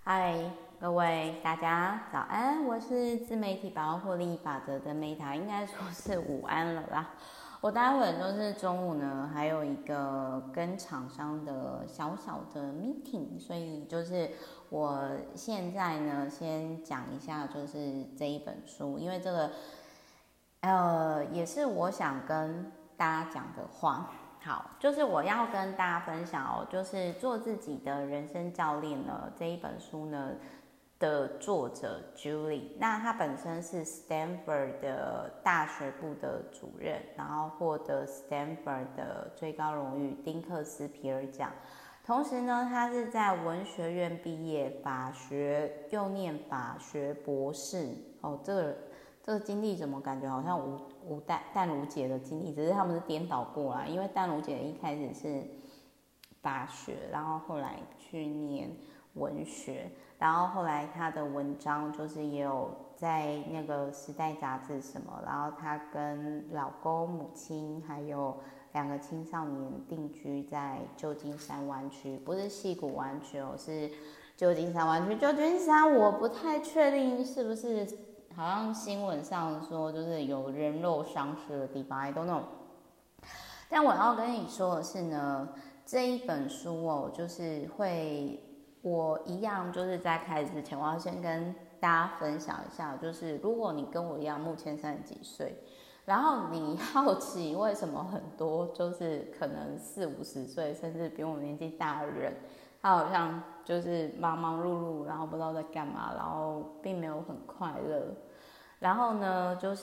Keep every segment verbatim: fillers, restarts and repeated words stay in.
嗨，各位大家早安，我是自媒体百万获利法则的 Meta， 应该说是午安了啦。我待会就是中午呢，还有一个跟厂商的小小的 meeting， 所以就是我现在呢，先讲一下就是这一本书，因为这个呃也是我想跟大家讲的话。好，就是我要跟大家分享哦，就是做自己的人生教练呢这一本书呢的作者 Julie， 那他本身是 Stanford 的大学部的主任，然后获得 Stanford 的最高荣誉丁克斯皮尔奖，同时呢，他是在文学院毕业，法学又念法学博士哦，这个。这个经历怎么感觉好像吴吴淡淡如姐的经历，只是他们是颠倒过来，因为淡如姐一开始是法学，然后后来去念文学，然后后来她的文章就是也有在那个时代杂志什么，然后她跟老公、母亲还有两个青少年定居在旧金山湾区，不是矽谷湾区哦，是旧金山湾区。旧金山我不太确定是不是。好像新闻上说，就是有人肉伤尸的地方 ，I don't know。但我要跟你说的是呢，这一本书哦，就是会，我一样就是在开始之前，我要先跟大家分享一下，就是如果你跟我一样，目前三十几岁，然后你好奇为什么很多就是可能四五十岁，甚至比我年纪大的人，他好像就是忙忙碌碌，然后不知道在干嘛，然后并没有很快乐。然后呢，就是，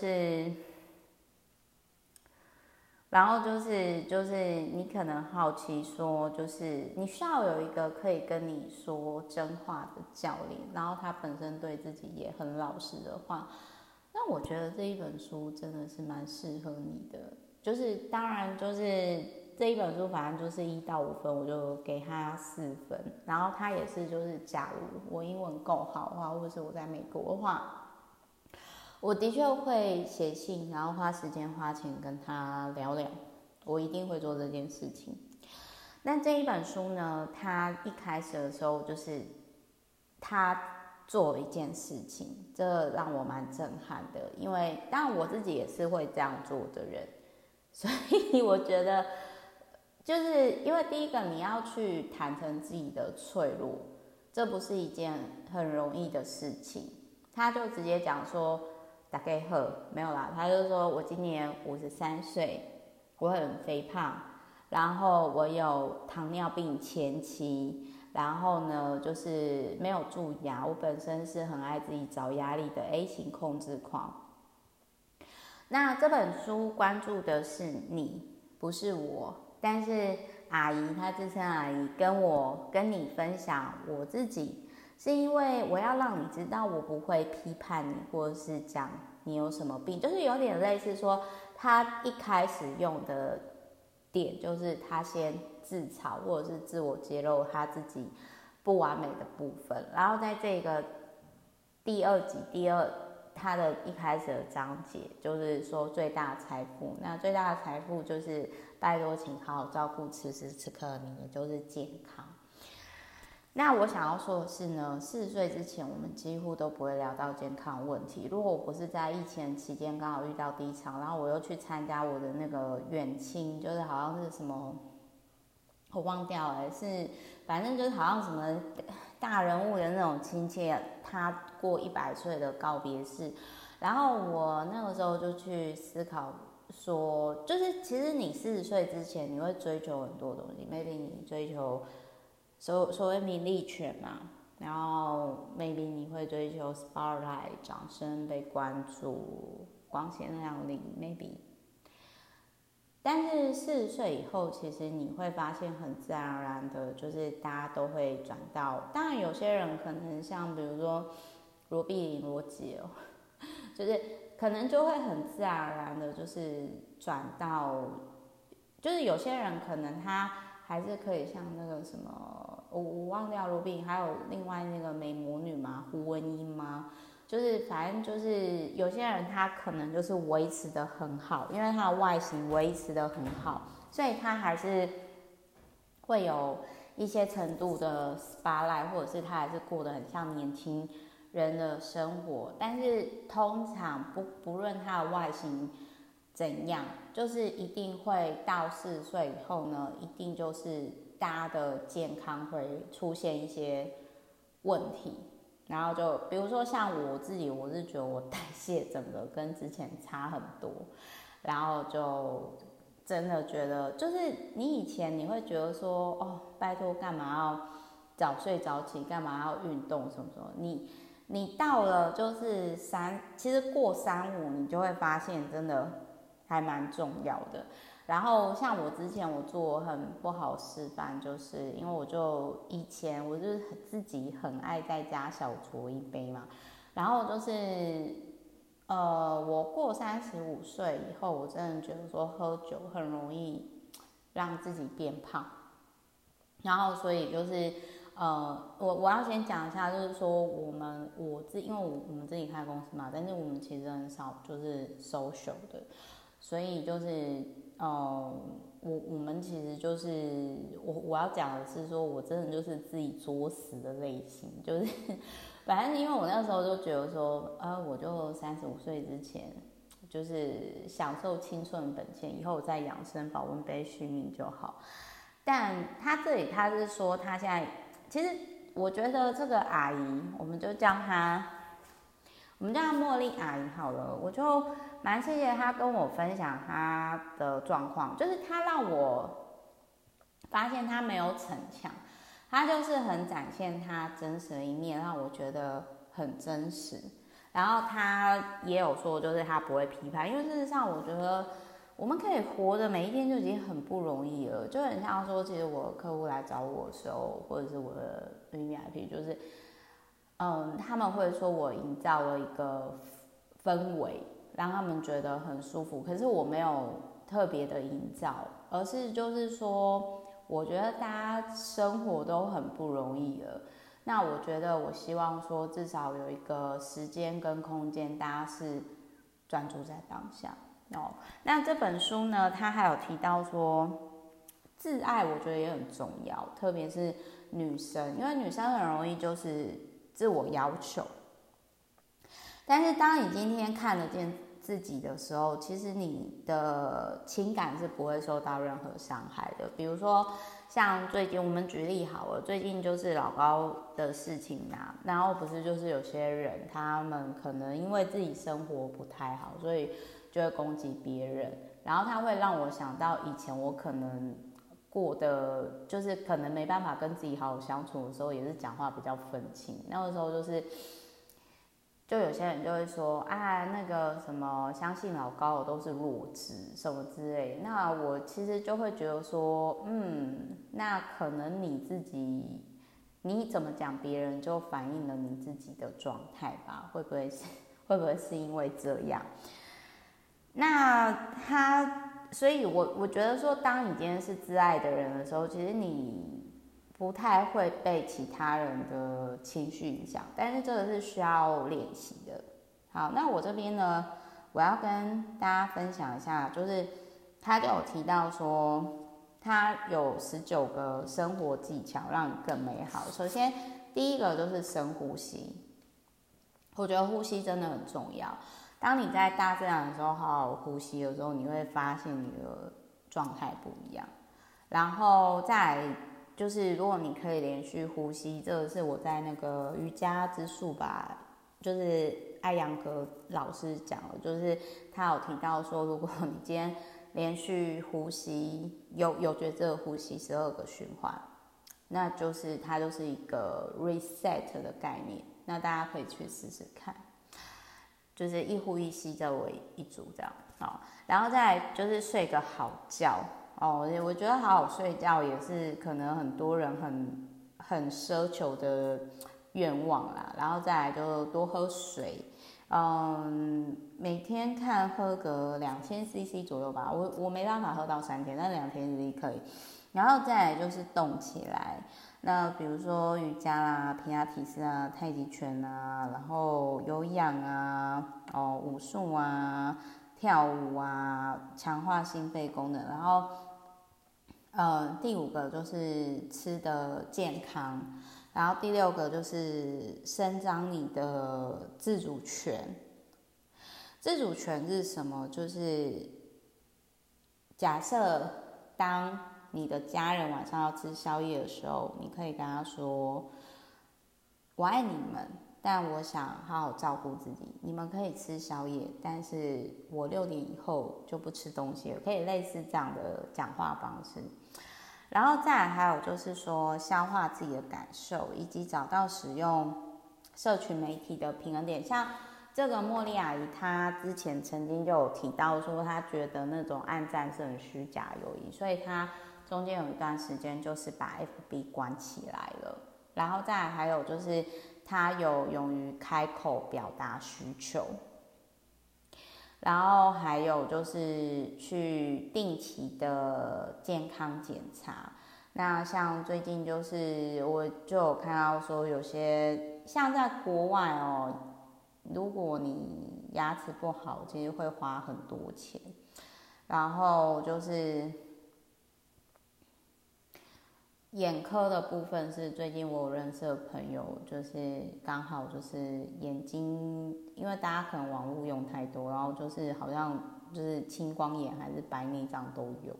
然后就是就是你可能好奇说，就是你需要有一个可以跟你说真话的教练，然后他本身对自己也很老实的话，那我觉得这一本书真的是蛮适合你的。就是当然就是这一本书，反正就是一到五分，我就给他四分。然后他也是就是，假如我英文够好的话，或者是我在美国的话。我的确会写信，然后花时间花钱跟他聊聊，我一定会做这件事情。那这一本书呢，他一开始的时候就是他做了一件事情，这让我蛮震撼的，因为当然我自己也是会这样做的人，所以我觉得就是因为第一个你要去坦诚自己的脆弱，这不是一件很容易的事情。他就直接讲说。大概好没有啦，他就说我今年五十三岁，我很肥胖，然后我有糖尿病前期，然后呢就是没有蛀牙，我本身是很爱自己找压力的 A 型控制狂。那这本书关注的是你，不是我，但是阿姨她自称阿姨跟我跟你分享我自己。是因为我要让你知道，我不会批判你，或者是讲你有什么病，就是有点类似说，他一开始用的点就是他先自嘲或者是自我揭露他自己不完美的部分，然后在这个第二集第二他的一开始的章节就是说最大的财富，那最大的财富就是拜托请好好照顾此时此刻的你，也就是健康。那我想要说的是呢，四十岁之前我们几乎都不会聊到健康问题。如果我不是在疫情期间刚好遇到低潮，然后我又去参加我的那个远亲，就是好像是什么，我忘掉了，是反正就是好像什么大人物的那种亲戚，他过一百岁的告别式。然后我那个时候就去思考说，就是其实你四十岁之前你会追求很多东西 ，maybe 你追求。所所谓名利权嘛，然后 maybe 你会追求 spotlight 掌声被关注光鲜亮丽 maybe， 但是四十岁以后，其实你会发现很自然而然的，就是大家都会转到，当然有些人可能像比如说罗碧玲罗姐哦，就是可能就会很自然而然的，就是转到，就是有些人可能他。还是可以像那个什么，我我忘掉罗宾，还有另外那个美魔女嘛，胡文英嘛，就是反正就是有些人他可能就是维持的很好，因为他的外形维持的很好，所以他还是会有一些程度的 spotlight， 或者是他还是过得很像年轻人的生活，但是通常不不论他的外形怎样，就是一定会到四十岁以后呢，一定就是大家的健康会出现一些问题。然后就比如说像我自己，我是觉得我代谢整个跟之前差很多，然后就真的觉得，就是你以前你会觉得说，哦，拜托干嘛要早睡早起，干嘛要运动什么什么，你你到了就是三，其实过三五你就会发现真的还蛮重要的。然后像我之前我做很不好示范，就是因为我就以前我就是自己很爱在家小酌一杯嘛，然后就是呃我过三十五岁以后，我真的觉得说喝酒很容易让自己变胖，然后所以就是呃我我要先讲一下，就是说我们我自因为我我们自己开公司嘛，但是我们其实很少就是 social 的，所以就是。呃，我我们其实就是我我要讲的是说，我真的就是自己作死的类型，就是反正因为我那时候就觉得说，呃，我就三十五岁之前，就是享受青春本钱，以后再养生保温杯续命就好。但他这里他是说，他现在其实我觉得这个阿姨，我们就叫她，我们叫她茉莉阿姨好了，我就。蛮谢谢他跟我分享他的状况，就是他让我发现他没有逞强，他就是很展现他真实的一面，让我觉得很真实。然后他也有说，就是他不会批判，因为事实上我觉得我们可以活的每一天就已经很不容易了，就很像说，其实我的客户来找我的时候，或者是我的 V I P， 就是嗯，他们会说我营造了一个氛围。让他们觉得很舒服，可是我没有特别的营造，而是就是说，我觉得大家生活都很不容易了。那我觉得，我希望说，至少有一个时间跟空间，大家是专注在当下哦。那这本书呢，它还有提到说，自爱，我觉得也很重要，特别是女生，因为女生很容易就是自我要求。但是当你今天看得见自己的时候，其实你的情感是不会受到任何伤害的。比如说，像最近我们举例好了，最近就是老高的事情啊，然后不是就是有些人他们可能因为自己生活不太好，所以就会攻击别人，然后他会让我想到以前我可能过的就是可能没办法跟自己好好相处的时候，也是讲话比较愤青，那个时候就是。就有些人就会说啊，那个什么相信老高的都是弱智什么之类，那我其实就会觉得说，嗯，那可能你自己你怎么讲别人就反映了你自己的状态吧，会不会是会不会是因为这样？那他，所以我我觉得说，当你今天是自爱的人的时候，其实你。不太会被其他人的情绪影响，但是这个是需要练习的。好，那我这边呢，我要跟大家分享一下，就是他就有提到说，他有十九个生活技巧让你更美好。首先，第一个就是深呼吸，我觉得呼吸真的很重要。当你在大自然的时候好好呼吸的时候，你会发现你的状态不一样。然后再来就是如果你可以连续呼吸，这个是我在那个瑜伽之术吧，就是艾扬格老师讲的，就是他有提到说，如果你今天连续呼吸，有有觉知的呼吸十二个循环，那就是它就是一个 reset 的概念，那大家可以去试试看，就是一呼一吸作为一组这样，好，然后再来就是睡个好觉。哦，我觉得好好睡觉也是可能很多人很很奢求的愿望啦。然后再来就多喝水，嗯，每天看喝个两千 C C 左右吧。我我没办法喝到三千，但两千 C C 可以。然后再来就是动起来，那比如说瑜伽啦、皮拉提斯啊、太极拳啊，然后有氧啊、哦武术啊、跳舞啊，强化心肺功能，然后。 呃，第五个就是吃的健康，然后第六个就是伸张你的自主权。自主权是什么？就是假设当你的家人晚上要吃宵夜的时候，你可以跟他说：“我爱你们，但我想好好照顾自己。你们可以吃宵夜，但是我六点以后就不吃东西了。”可以类似这样的讲话方式。然后再来还有就是说，消化自己的感受，以及找到使用社群媒体的平衡点。像这个茉莉阿姨，她之前曾经就有提到说，她觉得那种按赞是很虚假友谊，所以她中间有一段时间就是把 F B 关起来了。然后再来还有就是，她有勇于开口表达需求，然后还有就是去定期的健康检查。那像最近就是我就有看到说，有些像在国外哦，如果你牙齿不好，其实会花很多钱。然后就是眼科的部分是最近我有认识的朋友，就是刚好就是眼睛，因为大家可能网络用太多，然后就是好像就是青光眼还是白内障都有。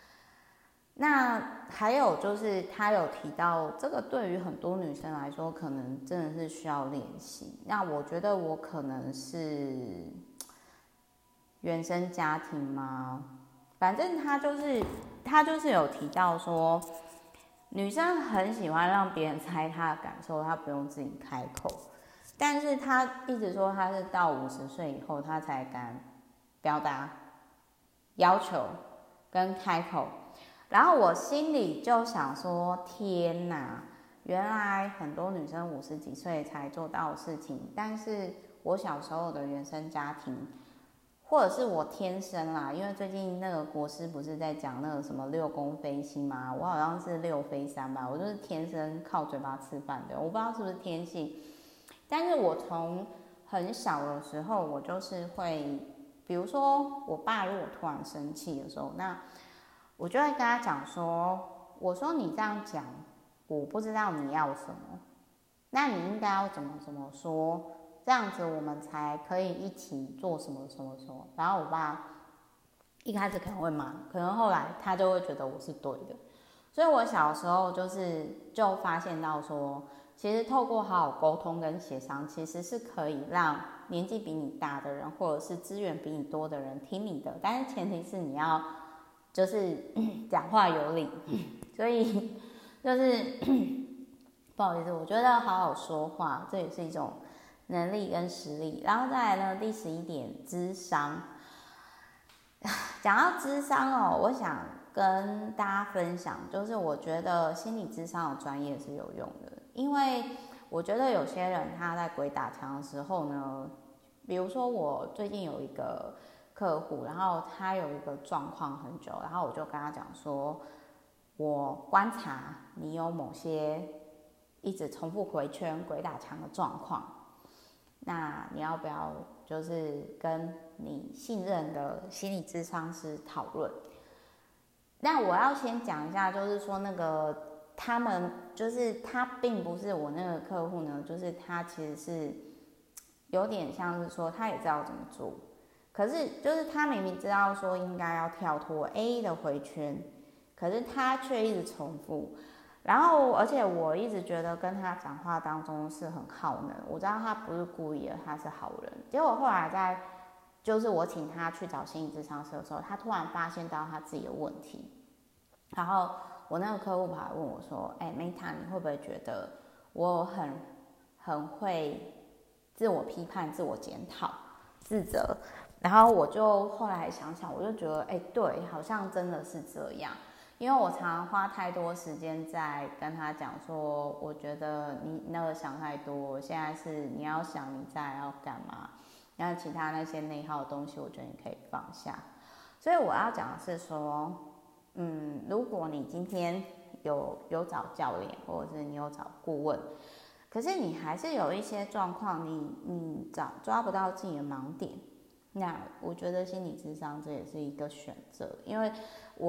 那还有就是他有提到，这个对于很多女生来说，可能真的是需要练习。那我觉得我可能是原生家庭吗？反正他就是他就是有提到说，女生很喜欢让别人猜她的感受，她不用自己开口。但是她一直说她是到五十岁以后，她才敢表达要求跟开口。然后我心里就想说，天哪，原来很多女生五十几岁才做到的事情，但是我小时候的原生家庭，或者是我天生啦，因为最近那个国师不是在讲那个什么六宫飞星吗？我好像是六飞三吧，我就是天生靠嘴巴吃饭的，我不知道是不是天性，但是我从很小的时候，我就是会，比如说我爸如果突然生气的时候，那我就会跟他讲说，我说你这样讲，我不知道你要什么，那你应该要怎么怎么说，这样子我们才可以一起做什么什么什么。然后我爸一开始可能会骂，可能后来他就会觉得我是对的。所以我小时候就是就发现到说，其实透过好好沟通跟协商，其实是可以让年纪比你大的人，或者是资源比你多的人听你的，但是前提是你要就是讲话有理。所以就是不好意思，我觉得好好说话，这也是一种能力跟实力。然后再来呢，第十一点，諮商。讲到諮商哦，我想跟大家分享，就是我觉得心理諮商的专业是有用的，因为我觉得有些人他在鬼打墙的时候呢，比如说我最近有一个客户，然后他有一个状况很久，然后我就跟他讲说，我观察你有某些一直重复回圈鬼打墙的状况，那你要不要就是跟你信任的心理咨商师讨论？那我要先讲一下，就是说那个他们就是他并不是我那个客户呢，就是他其实是有点像是说他也知道怎么做，可是就是他明明知道说应该要跳脱 A 的回圈，可是他却一直重复。然后，而且我一直觉得跟他讲话当中是很耗能。我知道他不是故意的，他是好人。结果后来在，就是我请他去找心理咨商师的时候，他突然发现到他自己的问题。然后我那个客户跑来问我说：“哎 ，Meta， 你会不会觉得我很很会自我批判、自我检讨、自责？”然后我就后来想想，我就觉得，哎，对，好像真的是这样。因为我常常花太多时间在跟他讲说，我觉得你那个想太多，现在是你要想你再要干嘛，然后其他那些内耗的东西，我觉得你可以放下。所以我要讲的是说，嗯，如果你今天有有找教练，或者是你有找顾问，可是你还是有一些状况，你你找抓不到自己的盲点，那我觉得心理咨商这也是一个选择，因为我。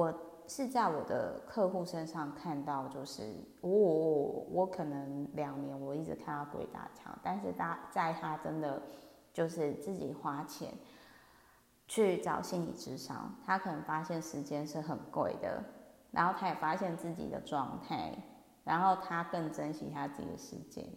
是在我的客户身上看到，就是我我我可能两年我一直看到鬼打墙，但是他在他真的就是自己花钱去找心理咨商，他可能发现时间是很贵的，然后他也发现自己的状态，然后他更珍惜他自己的时间。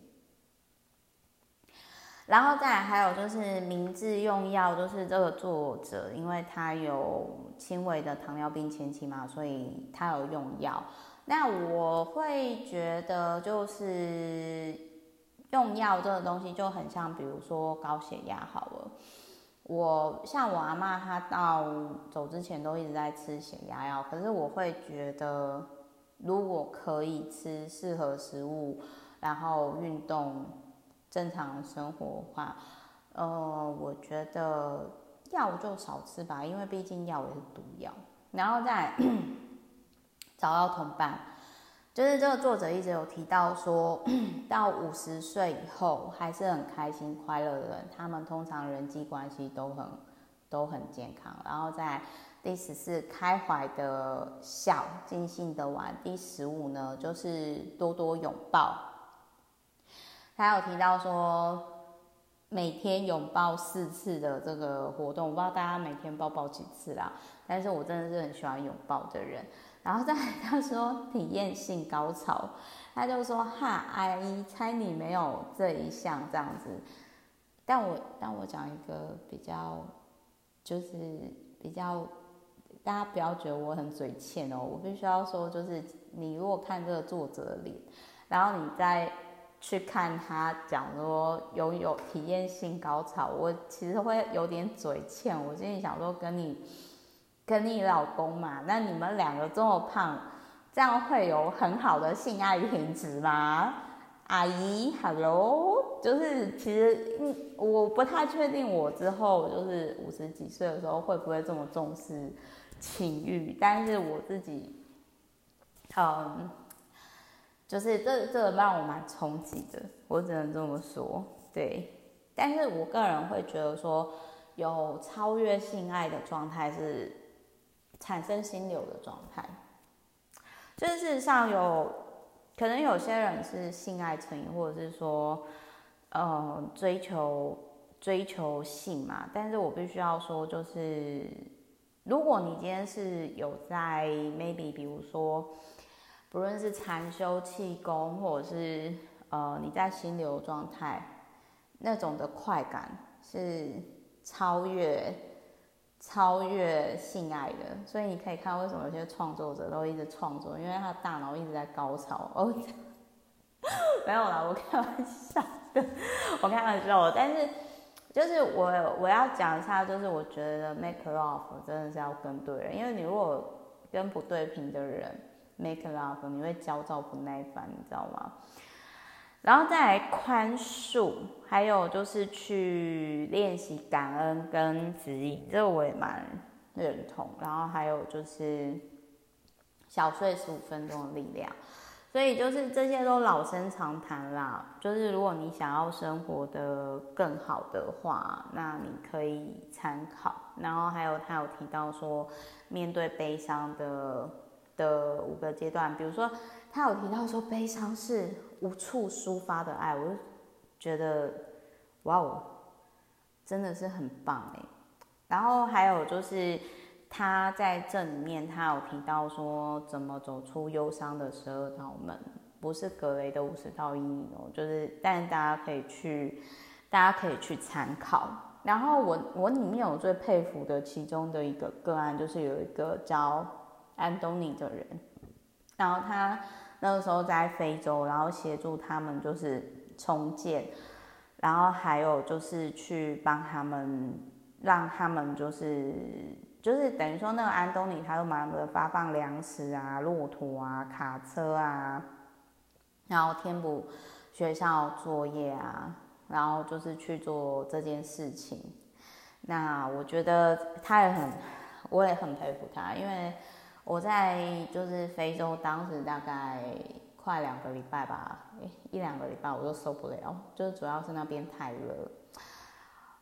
然后再来还有就是明智用药，就是这个作者，因为他有轻微的糖尿病前期嘛，所以他有用药。那我会觉得就是用药这个东西就很像，比如说高血压好了。我像我阿嬷，她到走之前都一直在吃血压药，可是我会觉得，如果可以吃适合食物，然后运动，正常生活的话，呃，我觉得药就少吃吧，因为毕竟药也是毒药。然后再来找到同伴，就是这个作者一直有提到说，到五十岁以后还是很开心快乐的人，他们通常人际关系都很都很健康。然后在第十四，开怀的笑，尽兴的玩。第十五呢，就是多多拥抱。他有提到说，每天拥抱四次的这个活动，我不知道大家每天抱抱几次啦，但是我真的是很喜欢拥抱的人。然后再来他说体验性高潮，他就说哈，阿姨猜你没有这一项这样子。但我但我讲一个比较，就是比较，大家不要觉得我很嘴欠哦，我必须要说，就是你如果看这个作者的脸，然后你再去看他讲说拥有体验性高潮，我其实会有点嘴欠。我心里想说，跟你跟你老公嘛，那你们两个这么胖，这样会有很好的性爱品质吗？阿姨 ，hello， 就是其实嗯，我不太确定我之后就是五十几岁的时候会不会这么重视情欲，但是我自己，嗯。就是这这个让我蛮冲击的，我只能这么说，对。但是我个人会觉得说，有超越性爱的状态是产生心流的状态。就是事实上有可能有些人是性爱成瘾，或者是说，呃，追求追求性嘛。但是我必须要说，就是如果你今天是有在 maybe 比如说。不论是禅修气功，或者是呃你在心流状态，那种的快感是超越超越性爱的。所以你可以看为什么有些创作者都一直创作，因为他的大脑一直在高潮。哦，没有啦，我开玩笑的，我开玩笑的。但是就是我我要讲一下，就是我觉得 make love 真的是要跟对人，因为你如果跟不对频的人。make love， 你会焦躁不耐烦，你知道吗？然后再来宽恕，还有就是去练习感恩跟指引，这个我也蛮认同。然后还有就是小睡十五分钟的力量，所以就是这些都老生常谈啦。就是如果你想要生活的更好的话，那你可以参考。然后还有他有提到说，面对悲伤的。的五个阶段，比如说他有提到说悲伤是无处抒发的爱，我就觉得哇哦，真的是很棒哎。然后还有就是他在这里面他有提到说怎么走出忧伤的十二道门，不是格雷的五十道阴影哦，就是但是大家可以去大家可以去参考。然后我我里面有最佩服的其中的一个个案，就是有一个叫安东尼的人，然后他那个时候在非洲，然后协助他们就是重建，然后还有就是去帮他们，让他们就是就是等于说那个安东尼他都忙着发放粮食啊、骆驼啊、卡车啊，然后填补学校作业啊，然后就是去做这件事情。那我觉得他也很，我也很佩服他，因为。我在就是非洲，当时大概快两个礼拜吧，一两个礼拜我就受不了，就是主要是那边太热。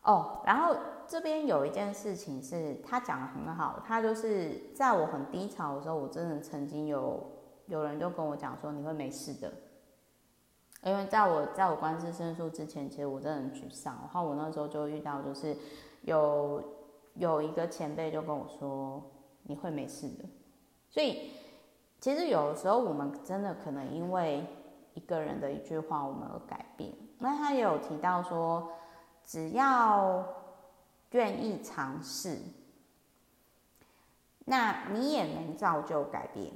哦，然后这边有一件事情是他讲的很好，他就是在我很低潮的时候，我真的曾经有有人就跟我讲说你会没事的，因为在我在我官司胜诉之前，其实我真的很沮丧，然后我那时候就遇到就是有有一个前辈就跟我说你会没事的，所以其实有的时候我们真的可能因为一个人的一句话我们而改变。那他也有提到说，只要愿意尝试，那你也能造就改变。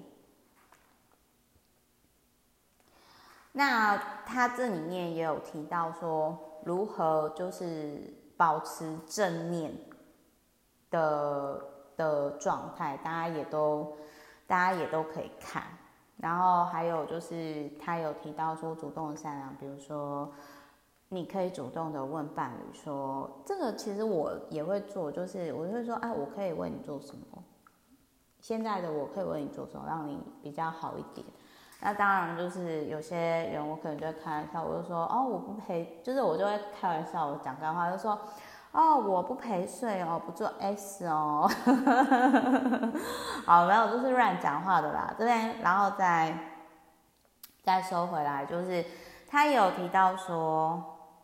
那他这里面也有提到说，如何就是保持正念的的状态，大家也都大家也都可以看。然后还有就是他有提到说，主动善良，比如说你可以主动的问伴侣说，这个其实我也会做，就是我会说，哎，我可以为你做什么？现在的我可以为你做什么，让你比较好一点。那当然就是有些人我可能就会开玩笑，我就说哦我不陪，就是我就会开玩笑，我讲干话就说哦我不陪睡哦，不做 S 哦，好没有，就是乱讲话的啦这边，然后再再收回来，就是他也有提到说，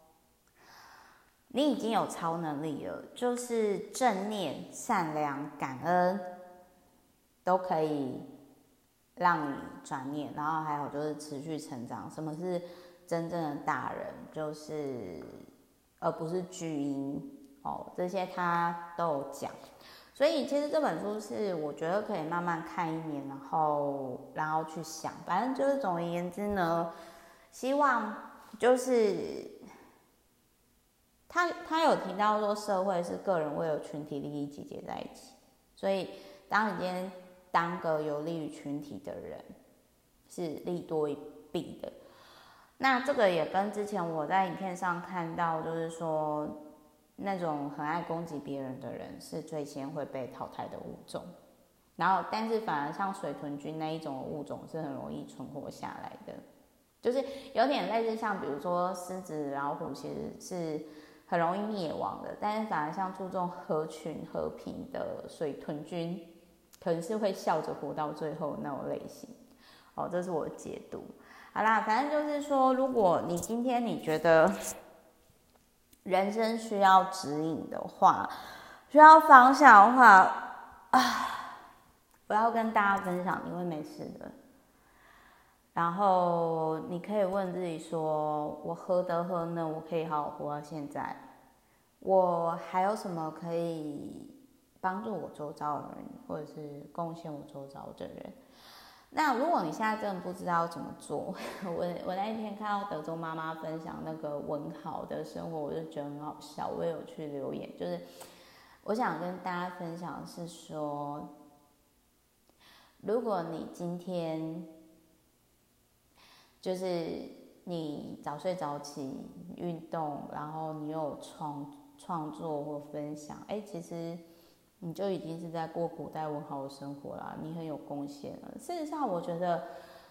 你已经有超能力了，就是正念、善良、感恩都可以让你转念，然后还有就是持续成长。什么是真正的大人？就是而不是巨婴哦，这些他都有讲。所以其实这本书是我觉得可以慢慢看一年，然后然后去想。反正就是总而言之呢，希望就是他他有提到说，社会是个人为了群体利益集结在一起，所以当你今天当个有利于群体的人，是利多于弊的。那这个也跟之前我在影片上看到，就是说那种很爱攻击别人的人是最先会被淘汰的物种，然后但是反而像水豚菌那一种物种是很容易存活下来的，就是有点类似像比如说狮子、老虎，其实是很容易灭亡的，但是反而像注重合群和平的水豚菌，可能是会笑着活到最后那种类型。哦，这是我的解读。好啦，反正就是说，如果你今天你觉得人生需要指引的话，需要方向的话，啊，我要跟大家分享，你会没事的。然后你可以问自己说，我何德何能，我可以好好活到现在？我还有什么可以帮助我周遭的人，或者是贡献我周遭的人？那如果你现在真的不知道怎么做，我我那一天看到德州妈妈分享那个文豪的生活，我就觉得很好笑，我也有去留言，就是我想跟大家分享的是说，如果你今天就是你早睡早起运动，然后你有创创作或分享，哎，其实你就已经是在过古代文豪的生活啦，你很有贡献了。事实上，我觉得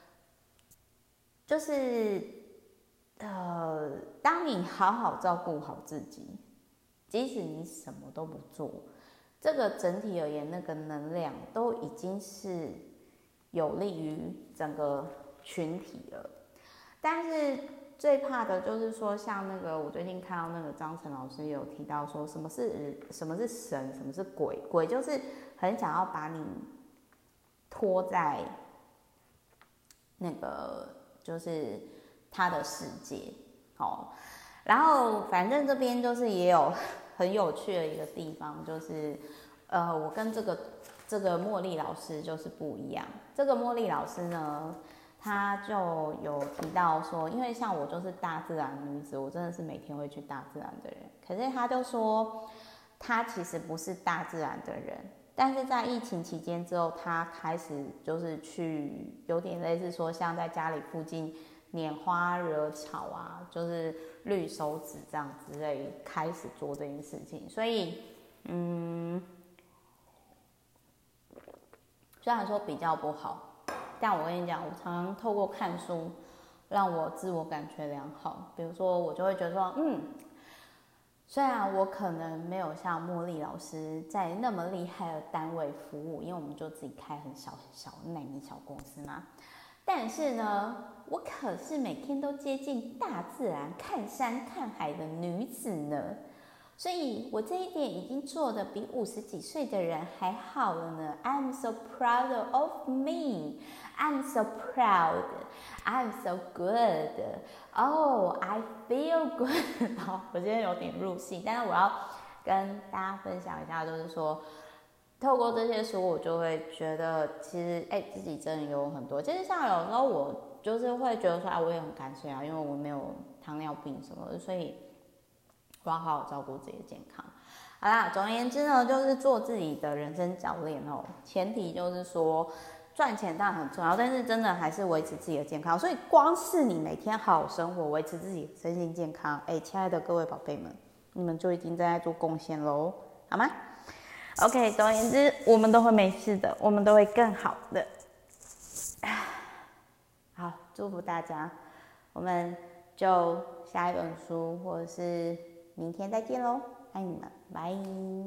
就是呃，当你好好照顾好自己，即使你什么都不做，这个整体而言，那个能量都已经是有利于整个群体了。但是最怕的就是说，像那个我最近看到那个张晨老师有提到说，什么是什么是神，什么是鬼？鬼就是很想要把你拖在那个就是他的世界，哦。然后反正这边就是也有很有趣的一个地方，就是呃，我跟这个这个茉莉老师就是不一样。这个茉莉老师呢，他就有提到说，因为像我就是大自然女子，我真的是每天会去大自然的人。可是他就说，他其实不是大自然的人，但是在疫情期间之后，他开始就是去有点类似说，像在家里附近拈花惹草啊，就是绿手指这样之类，开始做这件事情。所以，嗯，虽然说比较不好。但我跟你讲，我常常透过看书，让我自我感觉良好。比如说，我就会觉得说，嗯， 虽然我可能没有像茉莉老师在那么厉害的单位服务，因为我们就自己开很小很小奈米小公司嘛，但是呢，我可是每天都接近大自然、看山看海的女子呢。所以我这一点已经做得比五十几岁的人还好了呢。I'm so proud of me. I'm so proud. I'm so good. Oh, I feel good. 好，我今天有点入戏，但是我要跟大家分享一下，就是说，透过这些书，我就会觉得，其实哎、欸，自己真的有很多。其实像有时候我就是会觉得说，啊，我也很感谢啊，因为我没有糖尿病什么的，所以我要好好照顾自己的健康。好啦，总而言之呢，就是做自己的人生教练哦。前提就是说，赚钱当然很重要，但是真的还是维持自己的健康。所以光是你每天好好生活，维持自己身心健康，哎，亲爱的各位宝贝们，你们就已经在做贡献喽，好吗 ？OK， 总而言之，我们都会没事的，我们都会更好的。好，祝福大家，我们就下一本书或者是明天再见喽，爱你们，拜。